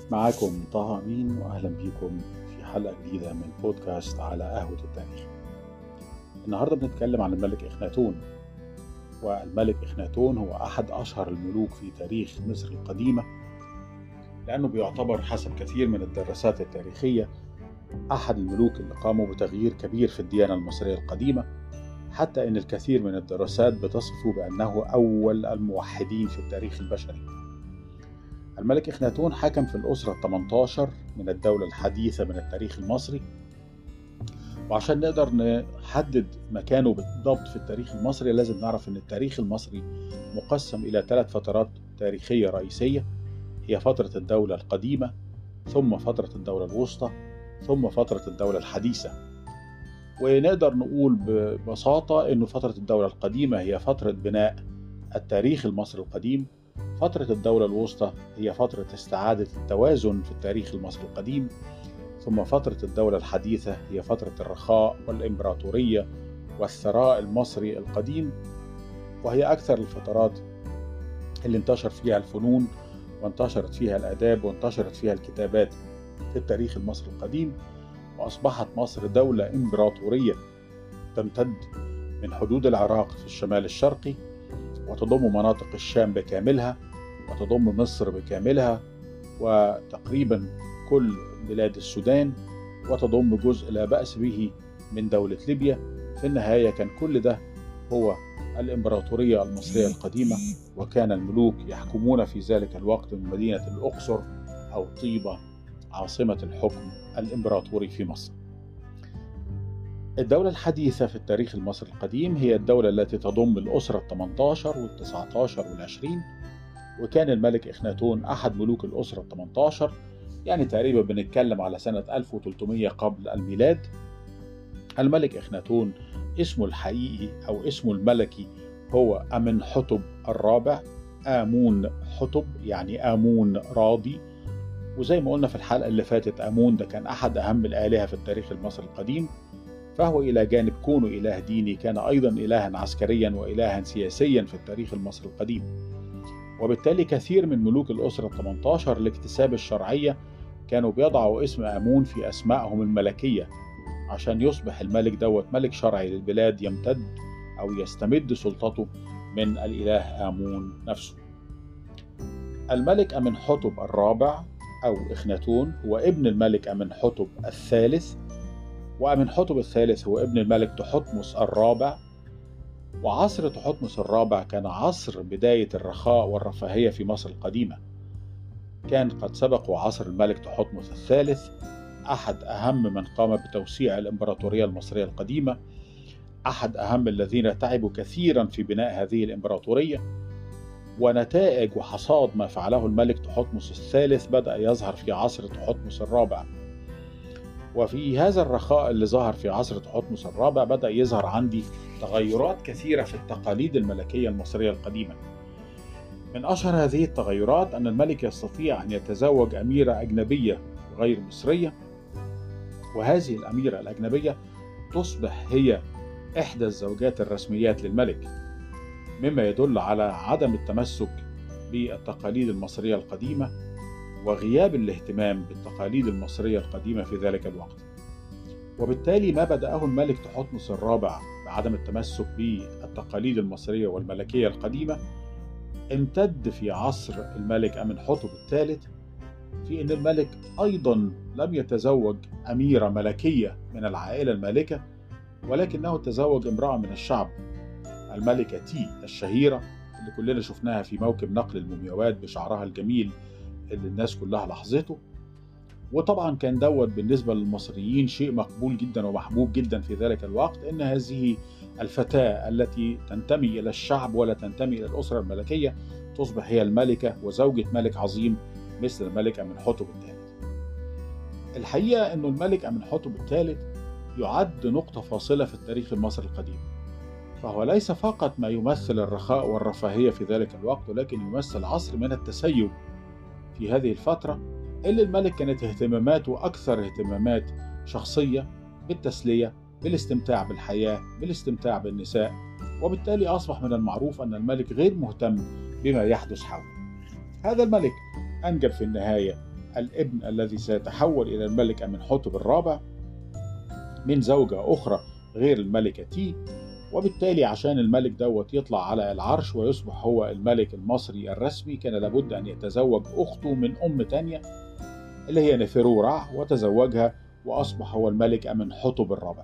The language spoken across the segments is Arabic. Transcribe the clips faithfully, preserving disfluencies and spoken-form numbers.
معاكم طه أمين، وأهلا بيكم في حلقة جديدة من بودكاست على قهوة التاريخ. النهاردة بنتكلم عن الملك إخناتون. والملك إخناتون هو أحد أشهر الملوك في تاريخ مصر القديمة، لأنه بيعتبر حسب كثير من الدراسات التاريخية أحد الملوك اللي قاموا بتغيير كبير في الديانة المصرية القديمة، حتى أن الكثير من الدراسات بتصفه بأنه أول الموحدين في التاريخ البشري. الملك إخناتون حكم في الأسرة الثامنة عشر من الدولة الحديثة من التاريخ المصري، وعشان نقدر نحدد مكانه بالضبط في التاريخ المصري لازم نعرف أن التاريخ المصري مقسم إلى ثلاث فترات تاريخية رئيسية، هي فترة الدولة القديمة، ثم فترة الدولة الوسطى، ثم فترة الدولة الحديثة. ونقدر نقول ببساطة أن فترة الدولة القديمة هي فترة بناء التاريخ المصري القديم، فترة الدولة الوسطى هي فترة استعادة التوازن في التاريخ المصري القديم، ثم فترة الدولة الحديثة هي فترة الرخاء والإمبراطورية والثراء المصري القديم، وهي أكثر الفترات اللي انتشر فيها الفنون وانتشرت فيها الآداب وانتشرت فيها الكتابات في التاريخ المصري القديم، وأصبحت مصر دولة إمبراطورية تمتد من حدود العراق في الشمال الشرقي، وتضم مناطق الشام بكاملها، وتضم مصر بكاملها، وتقريبا كل بلاد السودان، وتضم جزء لا بأس به من دولة ليبيا. في النهاية كان كل ده هو الإمبراطورية المصرية القديمة، وكان الملوك يحكمون في ذلك الوقت من مدينة الأقصر أو طيبة عاصمة الحكم الإمبراطوري في مصر. الدولة الحديثة في التاريخ المصري القديم هي الدولة التي تضم الأسرة الثامنة عشر والتسعة عشر والعشرين، وكان الملك إخناتون أحد ملوك الأسرة الثامنة عشر، يعني تقريبا بنتكلم على سنة ألف وثلاثمائة قبل الميلاد. الملك إخناتون اسمه الحقيقي أو اسمه الملكي هو أمنحتب الرابع، آمون حتب يعني آمون راضي. وزي ما قلنا في الحلقة اللي فاتت، آمون ده كان أحد أهم الآلهة في التاريخ المصري القديم، فهو إلى جانب كونه إله ديني كان أيضا إلها عسكريا وإلها سياسيا في التاريخ المصري القديم. وبالتالي كثير من ملوك الأسرة الثامنة عشر لاكتساب الشرعية كانوا بيضعوا اسم آمون في أسمائهم الملكية عشان يصبح الملك دوت ملك شرعي للبلاد يمتد أو يستمد سلطته من الإله آمون نفسه. الملك أمنحتب الرابع أو إخناتون هو ابن الملك أمنحتب الثالث، وأمنحتب الثالث هو ابن الملك تحتمس الرابع. وعصر تحتمس الرابع كان عصر بداية الرخاء والرفاهية في مصر القديمة، كان قد سبقوا عصر الملك تحتمس الثالث، أحد أهم من قام بتوسيع الإمبراطورية المصرية القديمة، أحد أهم الذين تعبوا كثيرا في بناء هذه الإمبراطورية. ونتائج وحصاد ما فعله الملك تحتمس الثالث بدأ يظهر في عصر تحتمس الرابع. وفي هذا الرخاء اللي ظهر في عصر تحتمس الرابع بدأ يظهر عندي تغيرات كثيرة في التقاليد الملكية المصرية القديمة. من أشهر هذه التغيرات أن الملك يستطيع أن يتزوج أميرة أجنبية غير مصرية، وهذه الأميرة الأجنبية تصبح هي إحدى الزوجات الرسميات للملك، مما يدل على عدم التمسك بالتقاليد المصرية القديمة وغياب الاهتمام بالتقاليد المصرية القديمة في ذلك الوقت. وبالتالي ما بدأه الملك تحتمس الرابع بعدم التمسك بالتقاليد المصرية والملكية القديمة امتد في عصر الملك أمنحتب الثالث، في أن الملك أيضا لم يتزوج أميرة ملكية من العائلة المالكة، ولكنه تزوج امرأة من الشعب، الملكة تي الشهيرة اللي كلنا شفناها في موكب نقل المومياوات بشعرها الجميل اللي الناس كلها لاحظته. وطبعا كان دوت بالنسبة للمصريين شيء مقبول جدا ومحبوب جدا في ذلك الوقت، ان هذه الفتاة التي تنتمي الى الشعب ولا تنتمي الى الاسرة الملكية تصبح هي الملكة وزوجة ملك عظيم مثل الملك أمنحتب الثالث. الحقيقة انه الملك أمنحتب الثالث يعد نقطة فاصلة في التاريخ المصري القديم، فهو ليس فقط ما يمثل الرخاء والرفاهية في ذلك الوقت، ولكن يمثل عصر من التسيب في هذه الفترة اللي الملك كانت اهتماماته أكثر اهتمامات شخصية، بالتسلية، بالاستمتاع بالحياة، بالاستمتاع بالنساء. وبالتالي أصبح من المعروف أن الملك غير مهتم بما يحدث حوله. هذا الملك أنجب في النهاية الابن الذي سيتحول إلى الملك أمنحتب الرابع من زوجة أخرى غير الملكة تي. وبالتالي عشان الملك دوت يطلع على العرش ويصبح هو الملك المصري الرسمي كان لابد أن يتزوج أخته من أم تانية اللي هي نفرو رع، وتزوجها وأصبح هو الملك أمنحتب الرابع.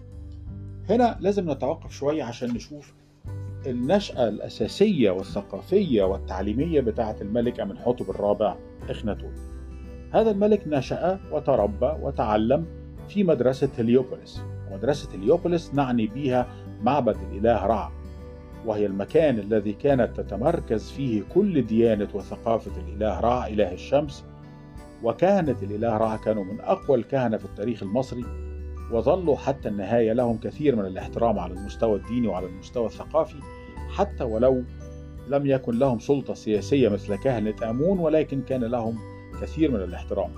هنا لازم نتوقف شوية عشان نشوف النشأة الأساسية والثقافية والتعليمية بتاعة الملك أمنحتب الرابع إخناتون. هذا الملك نشأ وتربى وتعلم في مدرسة هليوبوليس، ومدرسة هليوبوليس نعني بها معبد الإله رع، وهي المكان الذي كانت تتمركز فيه كل ديانة وثقافة الإله رع إله الشمس. وكهنة الإله رع كانوا من أقوى الكهنة في التاريخ المصري، وظلوا حتى النهاية لهم كثير من الاحترام على المستوى الديني وعلى المستوى الثقافي، حتى ولو لم يكن لهم سلطة سياسية مثل كهنة آمون، ولكن كان لهم كثير من الاحترام.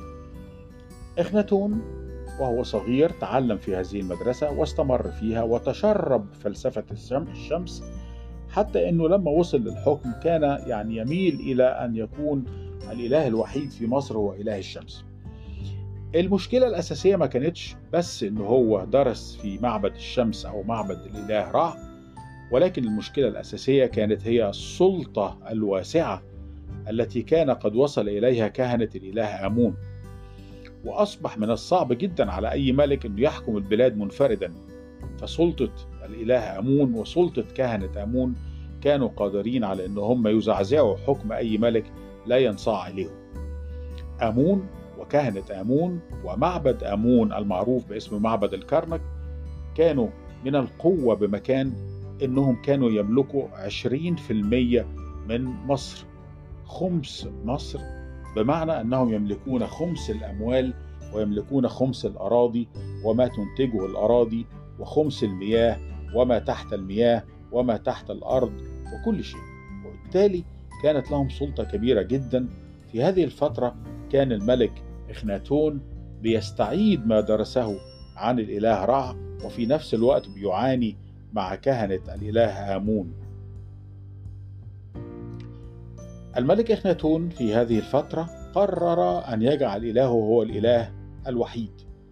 إخناتون وهو صغير تعلم في هذه المدرسة واستمر فيها وتشرب فلسفة الشمس، حتى أنه لما وصل للحكم كان يعني يميل إلى أن يكون الإله الوحيد في مصر هو إله الشمس. المشكلة الأساسية ما كانتش بس أنه هو درس في معبد الشمس أو معبد الإله رع، ولكن المشكلة الأساسية كانت هي السلطة الواسعة التي كان قد وصل إليها كهنة الإله آمون. وأصبح من الصعب جدا على أي ملك أنه يحكم البلاد منفردا، فسلطة الإله آمون وسلطة كهنة آمون كانوا قادرين على أن هم يزعزعوا حكم أي ملك لا ينصاع إليهم. آمون وكهنة آمون ومعبد آمون المعروف باسم معبد الكرنك كانوا من القوة بمكان أنهم كانوا يملكوا عشرين في المية من مصر، خمس مصر، بمعنى أنهم يملكون خمس الأموال ويملكون خمس الأراضي وما تنتجه الأراضي، وخمس المياه وما تحت المياه وما تحت الأرض وكل شيء. وبالتالي كانت لهم سلطة كبيرة جدا. في هذه الفترة كان الملك إخناتون بيستعيد ما درسه عن الإله رع، وفي نفس الوقت بيعاني مع كهنة الإله آمون. الملك إخناتون في هذه الفترة قرر أن يجعل إلهه هو الإله الوحيد،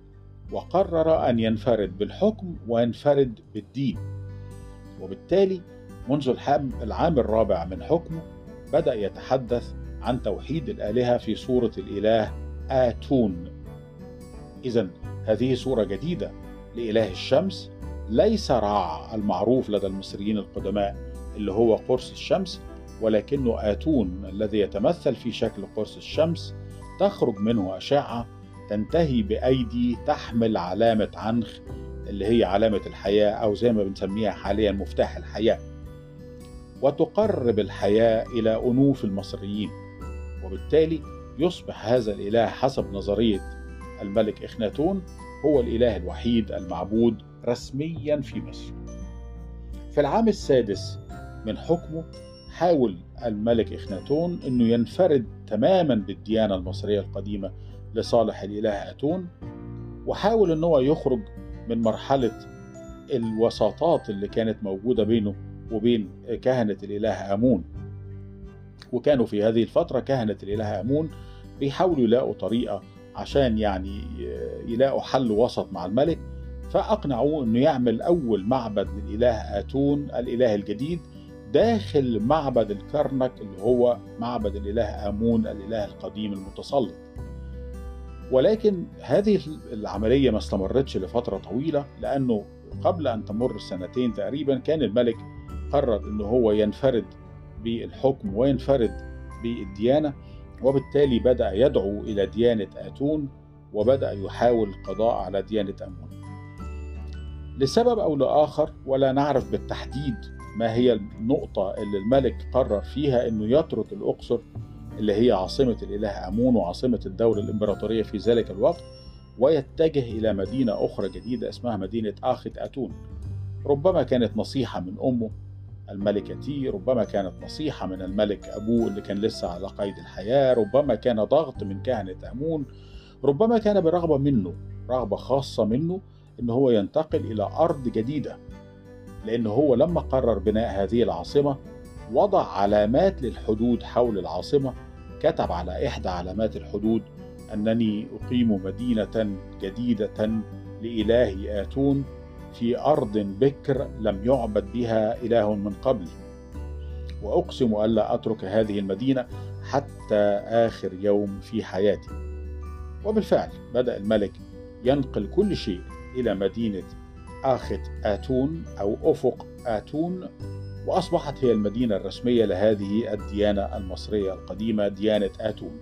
وقرر أن ينفرد بالحكم وينفرد بالدين. وبالتالي منذ العام الرابع من حكمه بدأ يتحدث عن توحيد الآلهة في صورة الإله آتون. إذن هذه صورة جديدة لإله الشمس، ليس رع المعروف لدى المصريين القدماء اللي هو قرص الشمس، ولكنه آتون الذي يتمثل في شكل قرص الشمس، تخرج منه أشعة تنتهي بأيدي تحمل علامة عنخ اللي هي علامة الحياة، أو زي ما بنسميها حاليا مفتاح الحياة، وتقرب الحياة إلى أنوف المصريين. وبالتالي يصبح هذا الإله حسب نظرية الملك إخناتون هو الإله الوحيد المعبود رسميا في مصر. في العام السادس من حكمه حاول الملك إخناتون أنه ينفرد تماما بالديانة المصرية القديمة لصالح الإله آتون، وحاول أنه يخرج من مرحلة الوساطات اللي كانت موجودة بينه وبين كهنة الإله آمون. وكانوا في هذه الفترة كهنة الإله آمون بيحاولوا يلاقوا طريقة عشان يعني يلاقوا حل وسط مع الملك، فأقنعوه أنه يعمل أول معبد للإله آتون الإله الجديد داخل معبد الكرنك اللي هو معبد الإله آمون الإله القديم المتسلط. ولكن هذه العملية ما استمرتش لفترة طويلة، لأنه قبل أن تمر سنتين تقريبا كان الملك قرر أنه هو ينفرد بالحكم وينفرد بالديانة، وبالتالي بدأ يدعو إلى ديانة آتون وبدأ يحاول القضاء على ديانة آمون لسبب أو لآخر، ولا نعرف بالتحديد ما هي النقطة اللي الملك قرر فيها أنه يترك الأقصر اللي هي عاصمة الإله آمون وعاصمة الدولة الإمبراطورية في ذلك الوقت، ويتجه إلى مدينة أخرى جديدة اسمها مدينة آخت آتون. ربما كانت نصيحة من أمه الملكة تي، ربما كانت نصيحة من الملك أبوه اللي كان لسه على قيد الحياة، ربما كان ضغط من كهنة آمون، ربما كان برغبة منه، رغبة خاصة منه إنه هو ينتقل إلى أرض جديدة، لأنه هو لما قرر بناء هذه العاصمة وضع علامات للحدود حول العاصمة، كتب على إحدى علامات الحدود أنني أقيم مدينة جديدة لإلهي آتون في أرض بكر لم يعبد بها إله من قبل، وأقسم ألا أترك هذه المدينة حتى آخر يوم في حياتي. وبالفعل بدأ الملك ينقل كل شيء إلى مدينة آخت آتون أو أفق آتون، وأصبحت هي المدينة الرسمية لهذه الديانة المصرية القديمة، ديانة آتون.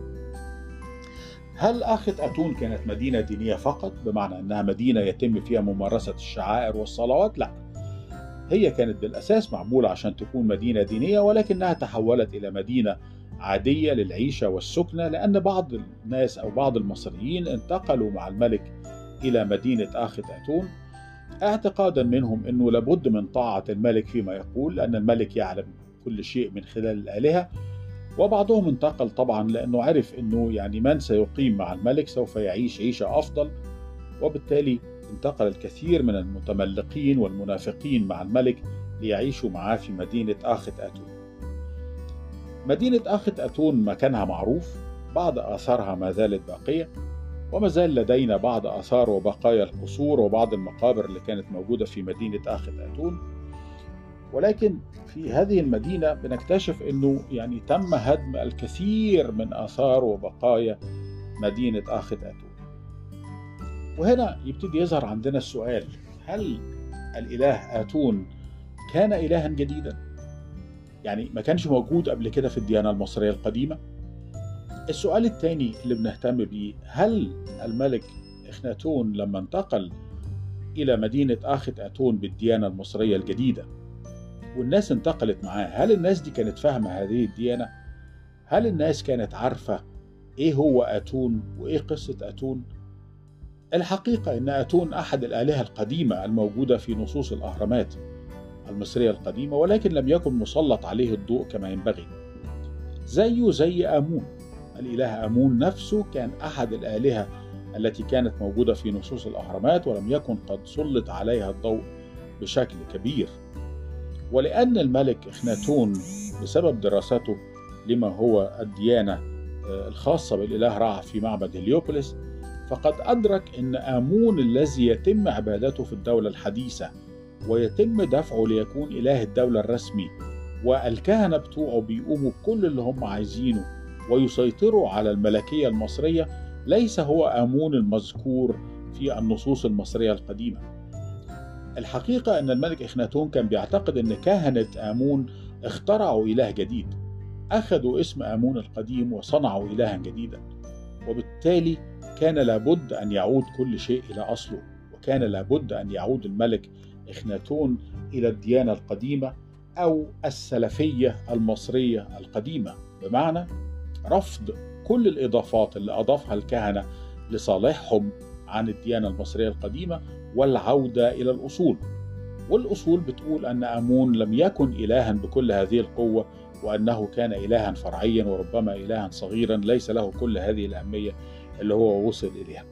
هل آخت آتون كانت مدينة دينية فقط بمعنى أنها مدينة يتم فيها ممارسة الشعائر والصلوات؟ لا، هي كانت بالأساس معمولة عشان تكون مدينة دينية، ولكنها تحولت إلى مدينة عادية للعيشة والسكنة، لأن بعض الناس أو بعض المصريين انتقلوا مع الملك إلى مدينة آخت آتون اعتقادا منهم أنه لابد من طاعة الملك فيما يقول، لأن الملك يعلم كل شيء من خلال الآلهة. وبعضهم انتقل طبعا لأنه عرف أنه يعني من سيقيم مع الملك سوف يعيش عيشة أفضل، وبالتالي انتقل الكثير من المتملقين والمنافقين مع الملك ليعيشوا معاه في مدينة آخت آتون. مدينة آخت آتون مكانها معروف، بعض آثارها ما زالت باقية، وما زال لدينا بعض آثار وبقايا القصور وبعض المقابر اللي كانت موجودة في مدينة آخت آتون. ولكن في هذه المدينة بنكتشف أنه يعني تم هدم الكثير من آثار وبقايا مدينة آخت آتون. وهنا يبتدي يظهر عندنا السؤال: هل الإله آتون كان إلها جديدا؟ يعني ما كانش موجود قبل كده في الديانة المصرية القديمة؟ السؤال الثاني اللي بنهتم بيه: هل الملك إخناتون لما انتقل إلى مدينة آخت آتون بالديانة المصرية الجديدة والناس انتقلت معاه، هل الناس دي كانت فاهمة هذه الديانة؟ هل الناس كانت عارفة إيه هو آتون وإيه قصة آتون؟ الحقيقة إن آتون أحد الآلهة القديمة الموجودة في نصوص الأهرامات المصرية القديمة، ولكن لم يكن مسلط عليه الضوء كما ينبغي. زيه زي آمون، الإله آمون نفسه كان أحد الآلهة التي كانت موجودة في نصوص الأهرامات ولم يكن قد سلط عليها الضوء بشكل كبير. ولأن الملك إخناتون بسبب دراسته لما هو الديانة الخاصة بالإله رع في معبد هليوبوليس، فقد أدرك أن آمون الذي يتم عبادته في الدولة الحديثة ويتم دفعه ليكون إله الدولة الرسمي، والكهنة بتوعه بيقوموا بكل اللي هم عايزينه ويسيطروا على الملكية المصرية، ليس هو آمون المذكور في النصوص المصرية القديمة. الحقيقة أن الملك إخناتون كان بيعتقد أن كهنة آمون اخترعوا إله جديد، أخذوا اسم آمون القديم وصنعوا إلها جديدا، وبالتالي كان لابد أن يعود كل شيء إلى أصله، وكان لابد أن يعود الملك إخناتون إلى الديانة القديمة أو السلفية المصرية القديمة، بمعنى رفض كل الإضافات اللي أضافها الكهنة لصالحهم عن الديانة المصرية القديمة والعودة إلى الأصول. والأصول بتقول أن آمون لم يكن إلها بكل هذه القوة، وأنه كان إلها فرعيا وربما إلها صغيرا ليس له كل هذه الأهمية اللي هو وصل إليها.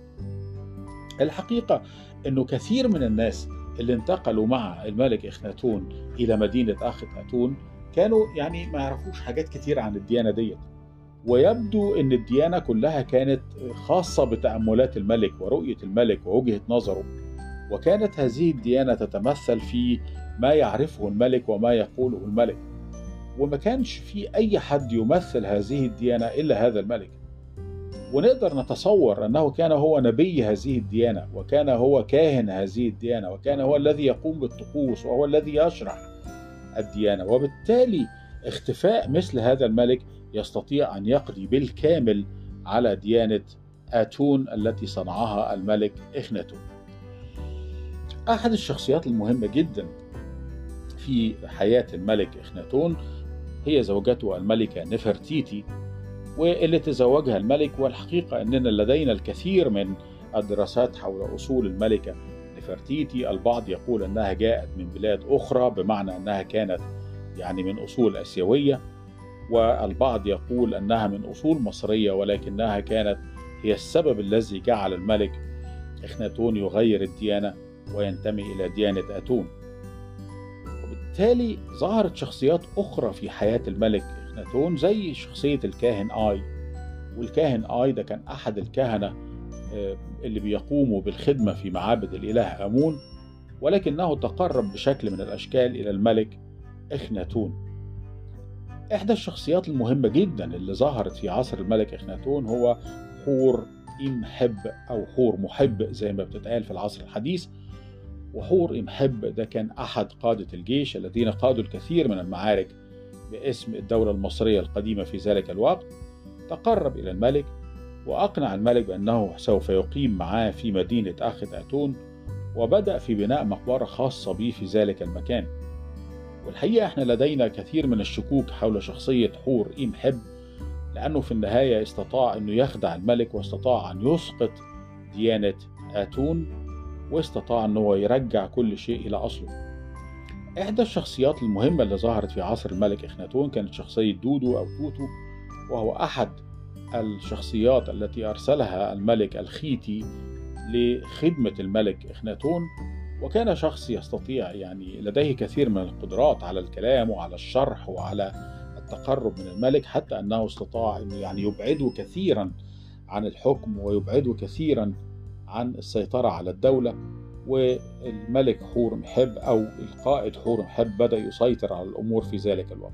الحقيقة أنه كثير من الناس اللي انتقلوا مع الملك إخناتون إلى مدينة آخت آتون كانوا يعني ما يعرفوش حاجات كتير عن الديانة ديت، ويبدو أن الديانة كلها كانت خاصة بتأملات الملك ورؤية الملك ووجهة نظره، وكانت هذه الديانة تتمثل في ما يعرفه الملك وما يقوله الملك، وما كانش في أي حد يمثل هذه الديانة إلا هذا الملك. ونقدر نتصور أنه كان هو نبي هذه الديانة، وكان هو كاهن هذه الديانة، وكان هو الذي يقوم بالطقوس وهو الذي يشرح الديانة، وبالتالي اختفاء مثل هذا الملك يستطيع أن يقضي بالكامل على ديانة آتون التي صنعها الملك إخناتون. أحد الشخصيات المهمة جدا في حياة الملك إخناتون هي زوجته الملكة نفرتيتي، واللي تزوجها الملك. والحقيقة أننا لدينا الكثير من الدراسات حول أصول الملكة نفرتيتي. البعض يقول أنها جاءت من بلاد أخرى بمعنى أنها كانت يعني من أصول آسيوية، والبعض يقول أنها من أصول مصرية، ولكنها كانت هي السبب الذي جعل الملك إخناتون يغير الديانة وينتمي إلى ديانة آتون. وبالتالي ظهرت شخصيات أخرى في حياة الملك إخناتون زي شخصية الكاهن آي، والكاهن آي ده كان أحد الكهنة اللي بيقوموا بالخدمة في معابد الإله آمون، ولكنه تقرب بشكل من الأشكال إلى الملك إخناتون. إحدى الشخصيات المهمة جدا اللي ظهرت في عصر الملك إخناتون هو حور إمحب أو حور محب زي ما بتتقال في العصر الحديث. وحور إمحب ده كان أحد قادة الجيش الذين قادوا الكثير من المعارك باسم الدولة المصرية القديمة في ذلك الوقت. تقرب إلى الملك وأقنع الملك بأنه سوف يقيم معاه في مدينة آخت آتون، وبدأ في بناء مقبرة خاصة به في ذلك المكان. والحقيقة احنا لدينا كثير من الشكوك حول شخصية حور إمحب، لأنه في النهاية استطاع أنه يخدع الملك، واستطاع أن يسقط ديانة آتون، واستطاع أنه يرجع كل شيء إلى أصله. إحدى الشخصيات المهمة اللي ظهرت في عصر الملك إخناتون كانت شخصية دودو أو توتو، وهو أحد الشخصيات التي أرسلها الملك الخيتي لخدمة الملك إخناتون، وكان شخص يستطيع يعني لديه كثير من القدرات على الكلام وعلى الشرح وعلى التقرب من الملك، حتى أنه استطاع أنه يعني يبعده كثيرا عن الحكم ويبعده كثيرا عن السيطرة على الدولة. والملك حور محب أو القائد حور محب بدأ يسيطر على الأمور في ذلك الوقت.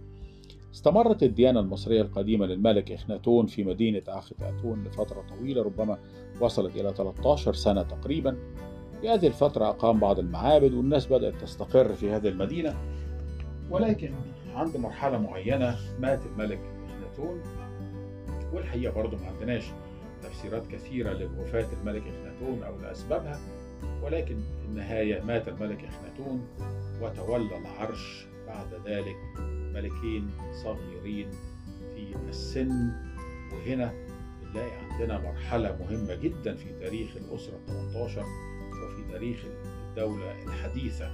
استمرت الديانة المصرية القديمة للملك إخناتون في مدينة آخت آتون لفترة طويلة، ربما وصلت إلى ثلاثة عشر سنة تقريبا. في هذه الفترة أقام بعض المعابد والناس بدأت تستقر في هذه المدينة، ولكن عند مرحلة معينة مات الملك إخناتون. والحقيقة برضو ما عندناش تفسيرات كثيرة لوفاة الملك إخناتون أو لأسبابها، ولكن في النهاية مات الملك إخناتون وتولى العرش بعد ذلك ملكين صغيرين في السن. وهنا بنلاقي عندنا مرحلة مهمة جدا في تاريخ الأسرة الثامنة عشر وفي تاريخ الدولة الحديثة.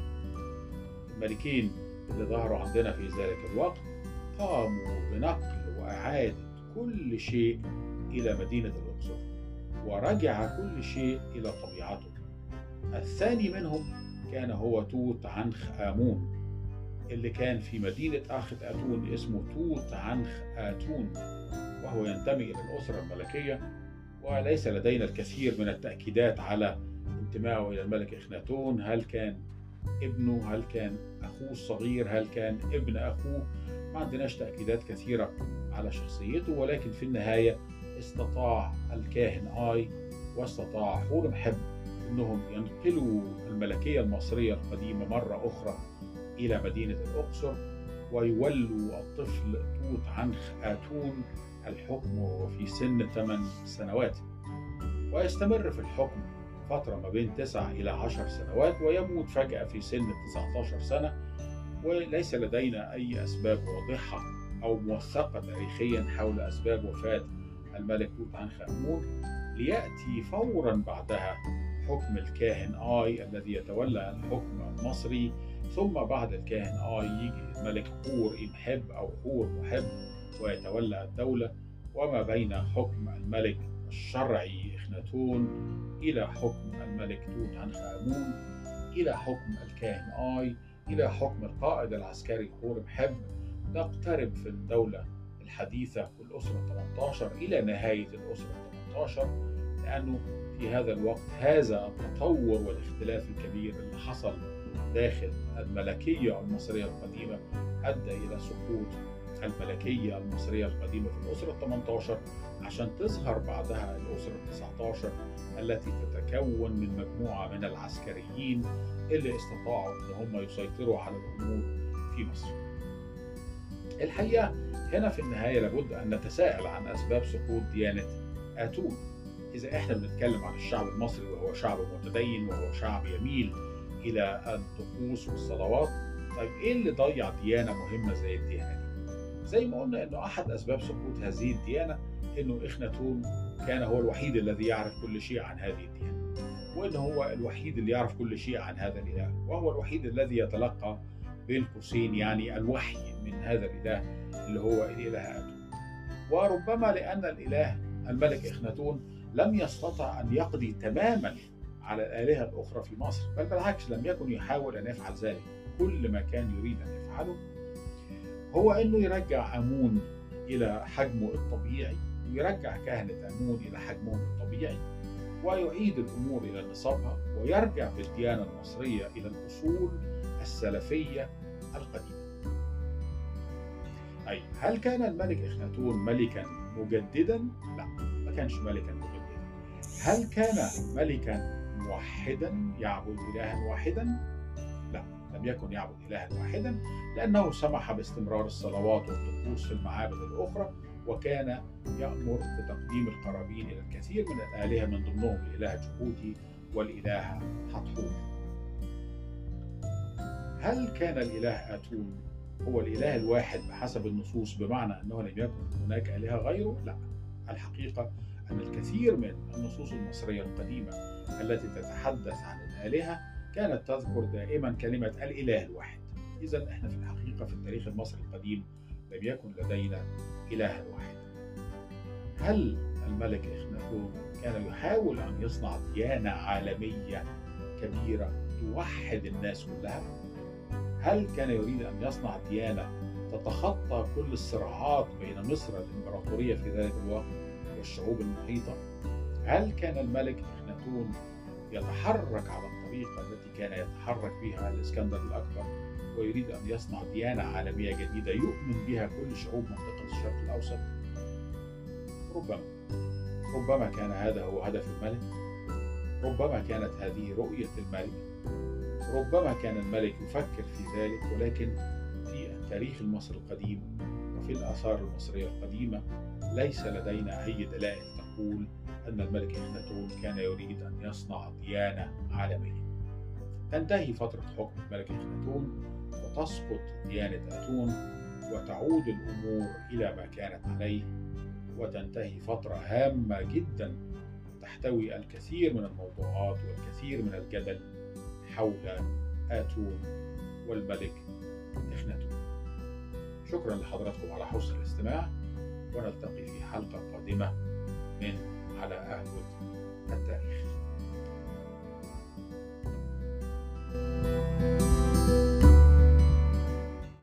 الملكين اللي ظهروا عندنا في ذلك الوقت قاموا بنقل وإعادة كل شيء إلى مدينة الأقصر، ورجع كل شيء إلى طبيعته. الثاني منهم كان هو توت عنخ آمون اللي كان في مدينة آخت آتون، اسمه توت عنخ آتون، وهو ينتمي إلى الأسرة الملكية. وليس لدينا الكثير من التأكيدات على انتمائه إلى الملك إخناتون، هل كان ابنه، هل كان أخوه الصغير، هل كان ابن أخوه. ما عندناش تأكيدات كثيرة على شخصيته، ولكن في النهاية استطاع الكاهن آي واستطاع حور محب أنهم ينقلوا الملكية المصرية القديمة مرة أخرى إلى مدينة الأقصر، ويولوا الطفل توت عنخ آتون الحكم وهو في سن ثمان سنوات، ويستمر في الحكم فترة ما بين تسع إلى عشر سنوات، ويموت فجأة في سن تسعة عشر سنة. وليس لدينا أي أسباب واضحة أو موثقة تاريخيا حول أسباب وفاة الملك توت عنخ آمون، ليأتي فورا بعدها حكم الكاهن آي الذي يتولى الحكم المصري، ثم بعد الكاهن آي يجي الملك حور إمحب أو حور محب ويتولى الدولة، وما بين حكم الملك الشرعي إخناتون إلى حكم الملك توت عنخ آمون إلى حكم الكاهن آي إلى حكم القائد العسكري حور محب، تقترب في الدولة الحديثة والأسرة الثامنة عشر إلى نهاية الأسرة الثامنة عشر، لأنه في هذا الوقت هذا التطور والاختلاف الكبير اللي حصل داخل الملكية المصرية القديمة أدى إلى سقوط الملكية المصرية القديمة في الأسرة الثامنة عشر، عشان تظهر بعدها الأسرة التسعة عشر التي تتكون من مجموعة من العسكريين اللي استطاعوا أن هم يسيطروا على الأمور في مصر. الحقيقة هنا في النهاية لابد أن نتساءل عن أسباب سقوط ديانة آتون. إذا إحنا بنتكلم عن الشعب المصري وهو شعب متدين وهو شعب يميل إلى الطقوس والصلوات، طيب إيه اللي ضيع ديانة مهمة زي الديانة دي؟ زي ما قلنا إنه أحد أسباب سقوط هذه الديانة إنه إخناتون كان هو الوحيد الذي يعرف كل شيء عن هذه الديانة، وإنه هو الوحيد اللي يعرف كل شيء عن هذا الإله، وهو الوحيد الذي يتلقى بين قوسين يعني الوحي من هذا الإله اللي هو الإله آتون. وربما لأن الإله الملك إخناتون لم يستطع أن يقضي تماما على الآلهة الأخرى في مصر، بل بالعكس لم يكن يحاول أن يفعل ذلك. كل ما كان يريد أن يفعله هو أنه يرجع آمون إلى حجمه الطبيعي ويرجع كهنة آمون إلى حجمهم الطبيعي، ويعيد الأمور إلى نصابها، ويرجع بالديانة المصرية إلى الأصول السلفية القديمة. أي هل كان الملك إخناتون ملكا مجددا؟ لا، ما كانش ملكا مجددا. هل كان ملكا موحدا يعبد إلها واحدا؟ لا، لم يكن يعبد إلها واحدا، لأنه سمح باستمرار الصلوات والطقوس في المعابد الأخرى، وكان يأمر بتقديم القرابين إلى الكثير من الآلهة، من ضمنهم الإله جهوتي والإله حتحور. هل كان الإله آتون هو الإله الواحد بحسب النصوص، بمعنى أنه لم يكن هناك آلهة غيره؟ لا، الحقيقة أن الكثير من النصوص المصرية القديمة التي تتحدث عن الآلهة كانت تذكر دائما كلمة الإله الواحد. إذن إحنا في الحقيقة في التاريخ المصري القديم لم يكن لدينا إله واحد. هل الملك إخناتون كان يحاول أن يصنع ديانة عالمية كبيرة توحد الناس كلها؟ هل كان يريد أن يصنع ديانة تتخطى كل الصراعات بين مصر الإمبراطورية في ذلك الوقت والشعوب المحيطة؟ هل كان الملك إخناتون يتحرك على الطريقة التي كان يتحرك بها الإسكندر الأكبر، ويريد أن يصنع ديانة عالمية جديدة يؤمن بها كل شعوب منطقة الشرق الأوسط؟ ربما ربما كان هذا هو هدف الملك، ربما كانت هذه رؤية الملك، ربما كان الملك يفكر في ذلك، ولكن في التاريخ المصري القديم وفي الآثار المصرية القديمة ليس لدينا أي دلائل تقول أن الملك إخناتون كان يريد أن يصنع ديانة عالمية. تنتهي فترة حكم الملك إخناتون وتسقط ديانة آتون، وتعود الأمور إلى ما كانت عليه، وتنتهي فترة هامة جدا تحتوي الكثير من الموضوعات والكثير من الجدل حول آتون والملك إخناتون. شكرا لحضراتكم على حسن الاستماع، ونلتقي في حلقة قادمة من على قهوة التاريخ.